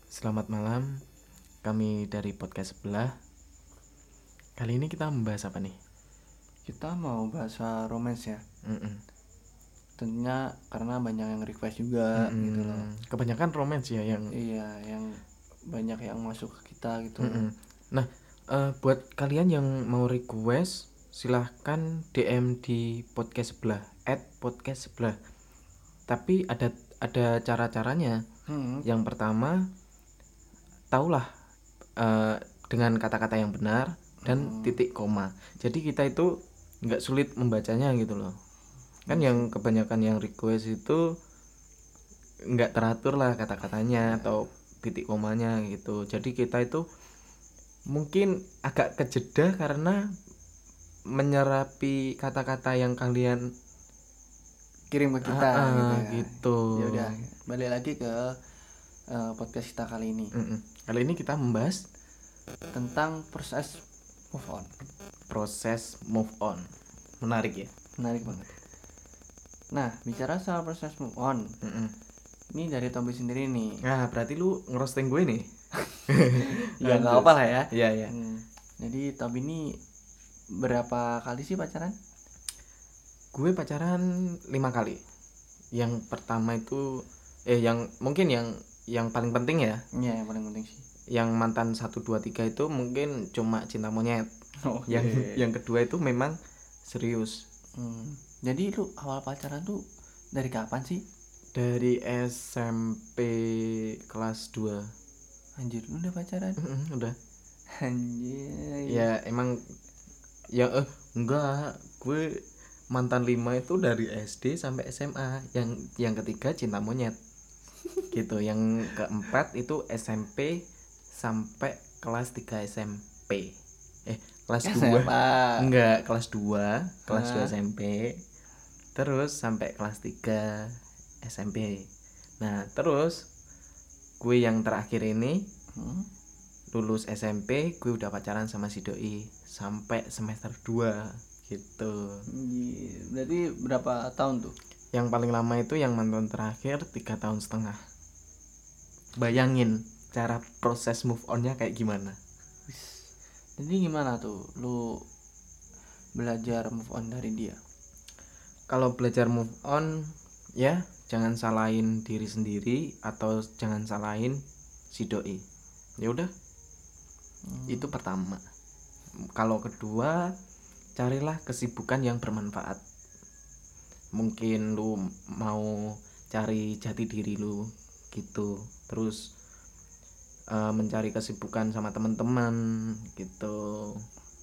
Selamat malam, kami dari podcast sebelah. Kali ini kita membahas apa nih? Kita mau bahasa romance ya. Mm-mm. Tentunya karena banyak yang request juga gitu loh. Kebanyakan romance ya yang. Iya, yang banyak yang masuk ke kita gitu. Nah, buat kalian yang mau request, silahkan DM di podcast sebelah, @podcast sebelah. Tapi ada cara-caranya. Yang pertama, taulah eh, dengan kata-kata yang benar dan titik koma. Jadi kita itu nggak sulit membacanya gitu loh. Kan yang kebanyakan yang request itu nggak teratur lah kata-katanya atau titik komanya gitu. Jadi kita itu mungkin agak kejeda karena menyerapi kata-kata yang kalian Kirim ke kita gitu ya. gitu. Ya udah, balik lagi ke podcast kita kali ini Kali ini kita membahas tentang proses move on. proses move on. Menarik ya. Menarik banget. Nah, bicara soal proses move on, ini dari Tommy sendiri nih. Nah, berarti lu ngerosting gue nih. Ya nggak apa lah ya. Iya, iya. Jadi Tommy ini berapa kali sih pacaran? Gue pacaran 5 kali. Yang pertama itu yang mungkin yang paling penting ya. Iya, yang paling penting sih. Yang mantan 1 2 3 itu mungkin cuma cinta monyet. Yang kedua itu memang serius. Jadi lu awal pacaran tuh dari kapan sih? Dari SMP kelas 2. Anjir, lu udah pacaran? Udah. Anjir. Ya emang ya enggak, gue mantan 5 itu dari SD sampai SMA. Yang ketiga cinta monyet. Gitu. Yang keempat itu SMP sampai kelas 3 SMP. Kelas 2. Enggak, kelas 2 SMP. Terus sampai kelas 3 SMP. Nah, terus gue yang terakhir ini lulus SMP, gue udah pacaran sama si doi sampai semester 2 gitu. Berarti berapa tahun tuh? Yang paling lama itu yang mantan terakhir 3,5 tahun. Bayangin cara proses move onnya kayak gimana. Jadi gimana tuh lu belajar move on dari dia? Kalau belajar move on ya jangan salahin diri sendiri atau jangan salahin si doi. Ya udah. Itu pertama. Kalau kedua, carilah kesibukan yang bermanfaat. Mungkin lu mau cari jati diri lu gitu. Terus mencari kesibukan sama teman-teman gitu.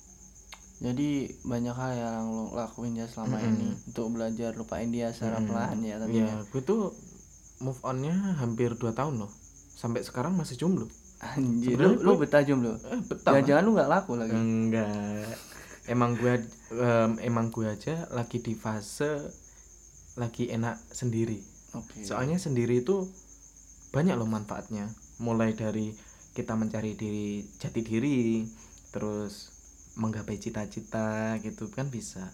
Jadi banyak hal yang lu lakuin ya selama ini untuk belajar lupain dia secara pelan ya tentunya. Ya, gue tuh move onnya hampir 2 tahun loh. Sampai sekarang masih jomblo. Anjir, lu betah jomblo? Betah. Jangan lu nggak laku lagi? Enggak. Emang gue aja lagi di fase lagi enak sendiri. Soalnya sendiri itu banyak loh manfaatnya. Mulai dari kita mencari jati diri, terus menggapai cita-cita gitu kan bisa.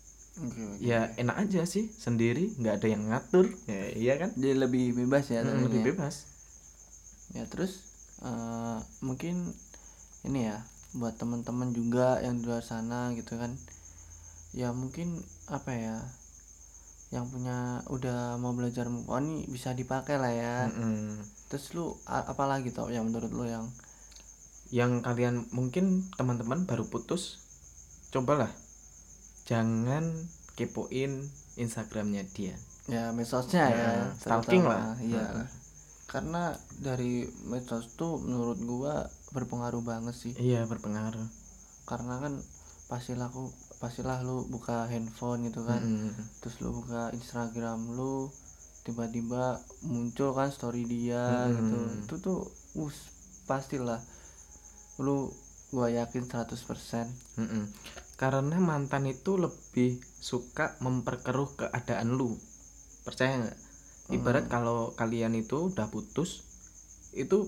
Ya enak aja sih sendiri, nggak ada yang ngatur. Ya, iya kan? Jadi lebih bebas ya tentunya. Lebih bebas. Ya terus mungkin ini ya buat teman-teman juga yang di luar sana gitu kan. Ya mungkin apa ya, yang punya udah mau belajar move on nih bisa dipakai lah ya. Terus lu apalagi tau yang menurut lu yang kalian mungkin teman-teman baru putus, cobalah jangan kepoin Instagramnya dia. Ya medsosnya ya, stalking lah. Iya. Karena dari medsos tuh menurut gua berpengaruh banget sih. Iya, berpengaruh. Karena kan pastilah lu buka handphone gitu kan. Terus lu buka Instagram lu, tiba-tiba muncul kan story dia gitu. Itu tuh pastilah lu, gua yakin 100%. Karena mantan itu lebih suka memperkeruh keadaan lu. Percaya nggak? Ibarat kalau kalian itu udah putus, itu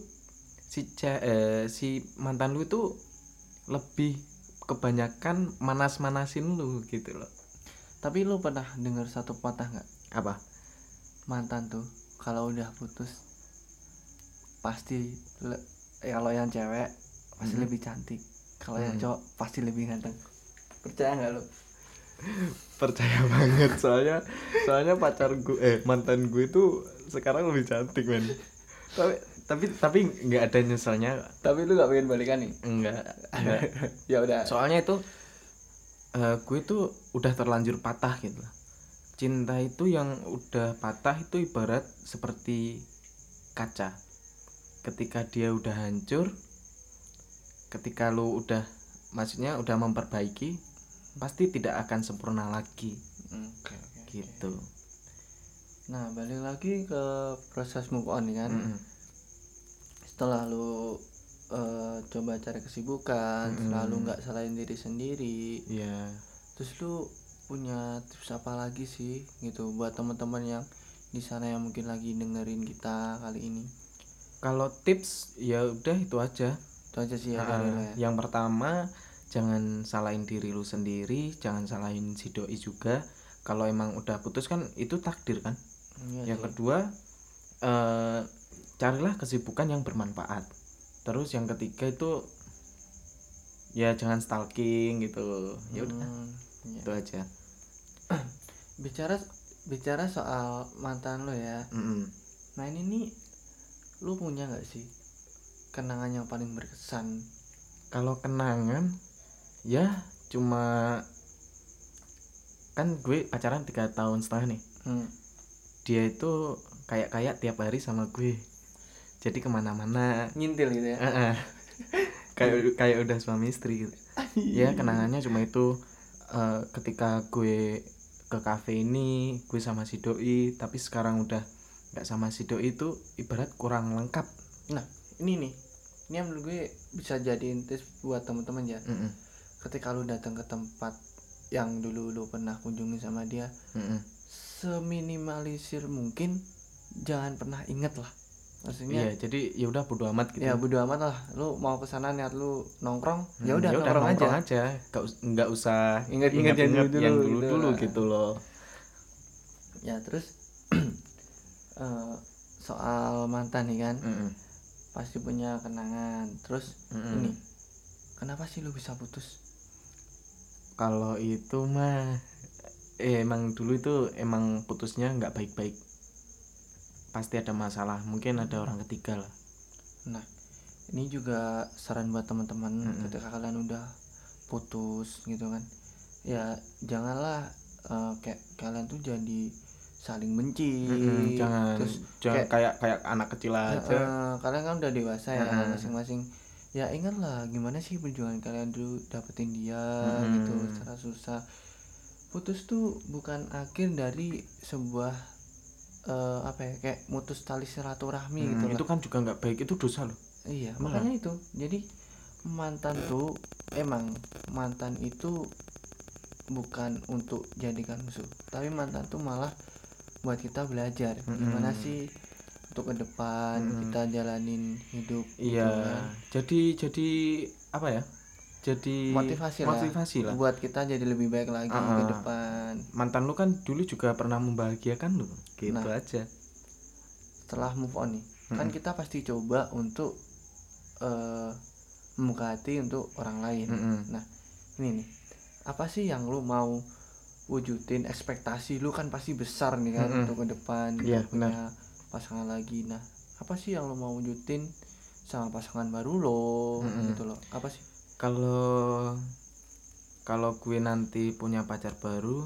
si mantan lu itu lebih kebanyakan manas-manasin lu gitu loh. Tapi lu pernah dengar satu patah nggak? Apa? Mantan tuh kalau udah putus pasti kalau yang cewek pasti lebih cantik, kalau yang cowok pasti lebih ganteng. Percaya nggak lo? Percaya banget, soalnya pacar gue mantan gue itu sekarang lebih cantik men. Tapi nggak ada nyeselnya. Tapi lu nggak pengen balikan nih? Enggak. Ya udah. Soalnya itu gue tuh udah terlanjur patah gitu. Cinta itu yang udah patah itu ibarat seperti kaca. Ketika dia udah hancur, ketika lu udah maksudnya udah memperbaiki, pasti tidak akan sempurna lagi. Oke. Gitu. Nah, balik lagi ke proses move on kan. Setelah lu coba cari kesibukan, selalu nggak salahin diri sendiri. Iya. Terus lu punya tips apa lagi sih gitu buat teman-teman yang di sana yang mungkin lagi dengerin kita kali ini? Kalau tips ya udah itu aja. Itu aja sih ya dari lo ya. Yang pertama, jangan salahin diri lu sendiri, jangan salahin si doi juga. Kalau emang udah putus kan itu takdir kan. Iya Yang sih. kedua, carilah kesibukan yang bermanfaat. Terus yang ketiga itu ya jangan stalking gitu. Ya udah. Iya. Itu aja. bicara soal mantan lo ya. Nah ini nih, lu punya nggak sih kenangan yang paling berkesan? Kalau kenangan ya cuma kan gue pacaran 3,5 tahun nih. Dia itu kayak tiap hari sama gue, jadi kemana-mana Ngintil gitu ya. kayak udah suami istri gitu. Ya kenangannya cuma itu, ketika gue ke kafe ini gue sama si doi, tapi sekarang udah nggak sama si doi, itu ibarat kurang lengkap. Nah ini yang menurut gue bisa jadiin tips buat teman-teman ya. Ketika lu datang ke tempat yang dulu lu pernah kunjungi sama dia, seminimalisir mungkin, jangan pernah inget lah. Maksudnya iya, jadi ya udah bodo amat gitu. Ya bodo amat lah, lu mau kesana niat lu nongkrong, ya udah nongkrong nongkrong aja. Nggak usah Ingat-ingat yang dulu gitu. gitu loh. Ya terus soal mantan nih kan, pasti punya kenangan. Terus ini, kenapa sih lu bisa putus? Kalau itu mah emang dulu itu emang putusnya nggak baik-baik, pasti ada masalah, mungkin ada orang ketiga lah. Nah ini juga saran buat teman-teman, ketika kalian udah putus gitu kan, ya janganlah kayak kalian tuh jadi saling benci. Jangan kayak anak kecil aja. Kalian kan udah dewasa ya masing-masing. Ya ingatlah gimana sih perjuangan kalian dulu dapetin dia gitu secara susah. Putus tuh bukan akhir dari sebuah kayak mutus tali silaturahmi gitu lah. Itu kan juga nggak baik, itu dosa loh. Iya, makanya itu. Jadi mantan itu bukan untuk jadikan musuh, tapi mantan tuh malah buat kita belajar gimana sih untuk ke depan kita jalanin hidup. Iya, gitu kan. jadi apa ya, jadi motivasi lah buat kita jadi lebih baik lagi ke depan. Mantan lu kan dulu juga pernah membahagiakan lu gitu. Nah, aja. Setelah move on nih, kan kita pasti coba untuk membuka hati untuk orang lain. Nah ini nih, apa sih yang lu mau wujudin? Ekspektasi lu kan pasti besar nih kan untuk ke depan, untuk punya pasangan lagi. Nah apa sih yang lu mau wujudin sama pasangan baru lo gitu loh? Apa sih? Kalau gue nanti punya pacar baru,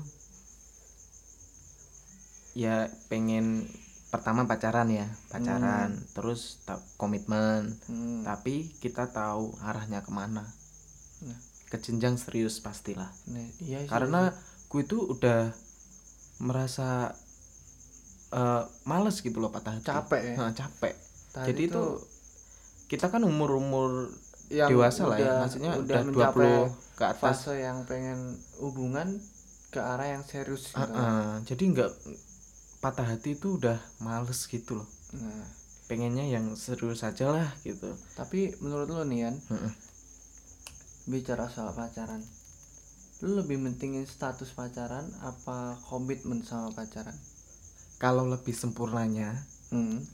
ya pengen pertama pacaran, terus komitmen, tapi kita tahu arahnya kemana, ke jenjang serius pastilah. Iya sih, karena gue itu udah merasa males gitu loh, patah hati, capek. Jadi itu kita kan umur yang dewasa lah ya, maksudnya udah 20 ke atas, fase yang pengen hubungan ke arah yang serius gitu. Jadi nggak, patah hati itu udah males gitu loh. Pengennya yang serius aja lah gitu. Tapi menurut lo nih Yan, bicara soal pacaran, lu lebih mentingin status pacaran apa komitmen sama pacaran? Kalau lebih sempurnanya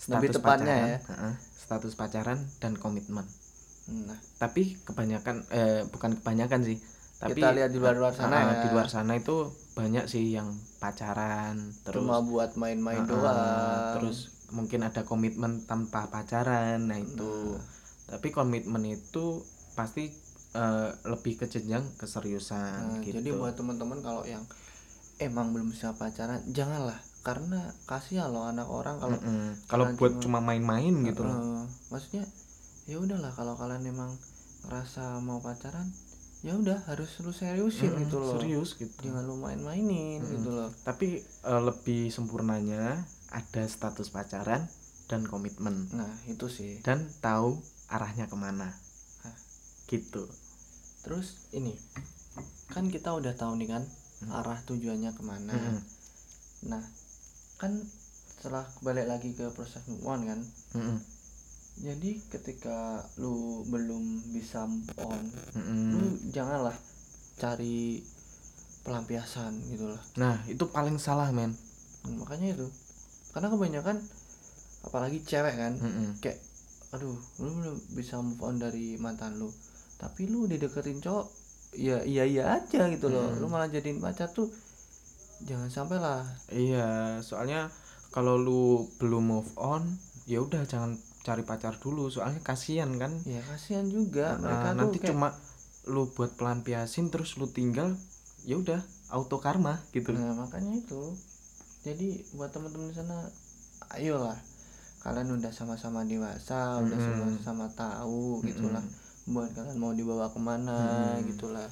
Lebih status tepatnya pacaran, ya. status pacaran dan komitmen. Nah, Tapi kebanyakan bukan kebanyakan sih, tapi kita lihat di luar sana ya. di luar sana itu banyak sih yang pacaran terus cuma buat main-main doang. terus mungkin ada komitmen tanpa pacaran. Nah itu tapi komitmen itu pasti lebih ke jenjang keseriusan gitu. Jadi buat teman-teman kalau yang emang belum bisa pacaran, janganlah, karena kasihan loh anak orang kalau kalau kalian buat cuma main-main gitu loh. Maksudnya ya udahlah, kalau kalian emang ngerasa mau pacaran, ya udah harus lu seriusin gitu loh. Serius gitu. Jangan lu main-mainin gitu loh. Tapi lebih sempurnanya ada status pacaran dan komitmen. Nah, itu sih. Dan tahu arahnya kemana. Gitu. Terus ini kan kita udah tahu nih kan arah tujuannya kemana. Nah, kan setelah balik lagi ke proses move on kan. Jadi ketika lu belum bisa move on, lu janganlah cari pelampiasan gitu loh. Nah, itu paling salah, men. Makanya itu. Karena kebanyakan apalagi cewek kan, kayak aduh, lu belum bisa move on dari mantan lu, tapi lu dideketin cowok ya iya aja gitu loh. Lu malah jadiin pacar tuh jangan sampai lah. Iya, soalnya kalau lu belum move on, ya udah jangan cari pacar dulu, soalnya kasihan kan. Ya kasihan juga mereka nanti tuh kayak, cuma lu buat pelampiasin terus lu tinggal, ya udah auto karma gitu. Nah, makanya itu. Jadi buat teman-teman di sana, ayolah, kalian udah sama-sama dewasa, udah sama-sama tahu gitulah, buat kalian mau dibawa kemana gitulah.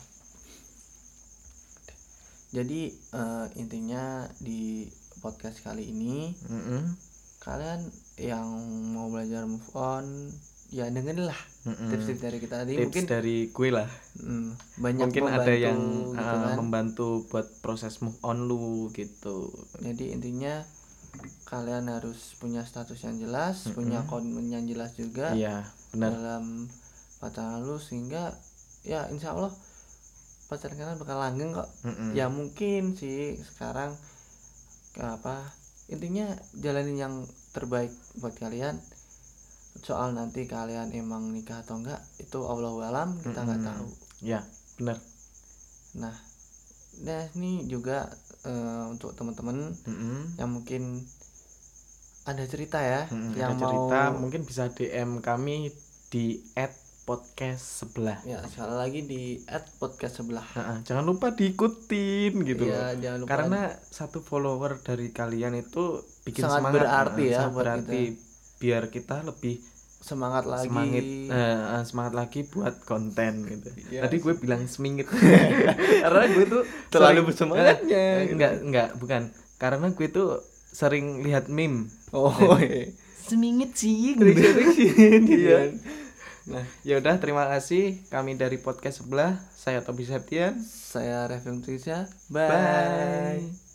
Jadi intinya di podcast kali ini, kalian yang mau belajar move on, ya dengerin lah tips-tips dari kita tadi. Tips mungkin dari gue lah. Banyak mungkin membantu, ada yang gitu kan. membantu buat proses move on lu gitu. Jadi intinya kalian harus punya status yang jelas, punya komitmen yang jelas juga. Iya, benar. Dalam pacaran lu, sehingga ya insya Allah pacaran kalian bakal langgeng kok. Ya mungkin sih sekarang intinya jalanin yang terbaik buat kalian. Soal nanti kalian emang nikah atau enggak, itu Allahu alam, kita nggak tahu. Ya benar. Nah ini juga untuk teman-teman yang mungkin ada cerita ya, yang ada cerita, mau mungkin bisa DM kami di @podcast sebelah. Ya, sekali lagi di @podcast sebelah. Jangan lupa diikutin gitu Ya, loh. jangan lupa. Karena satu follower dari kalian itu bikin sangat semangat, berarti ya sangat buat berarti kita. Biar kita lebih Semangat lagi. Semangat lagi buat konten gitu. Ya, Tadi gue bilang semingit. Karena gue tuh terlalu bersemangatnya. Enggak, bukan. Karena gue tuh sering lihat meme. Oh, iya. Semingit sih. Iya. Nah, ya udah, terima kasih. Kami dari podcast sebelah. Saya Tobi Septian. Saya Revin Trisha. Bye.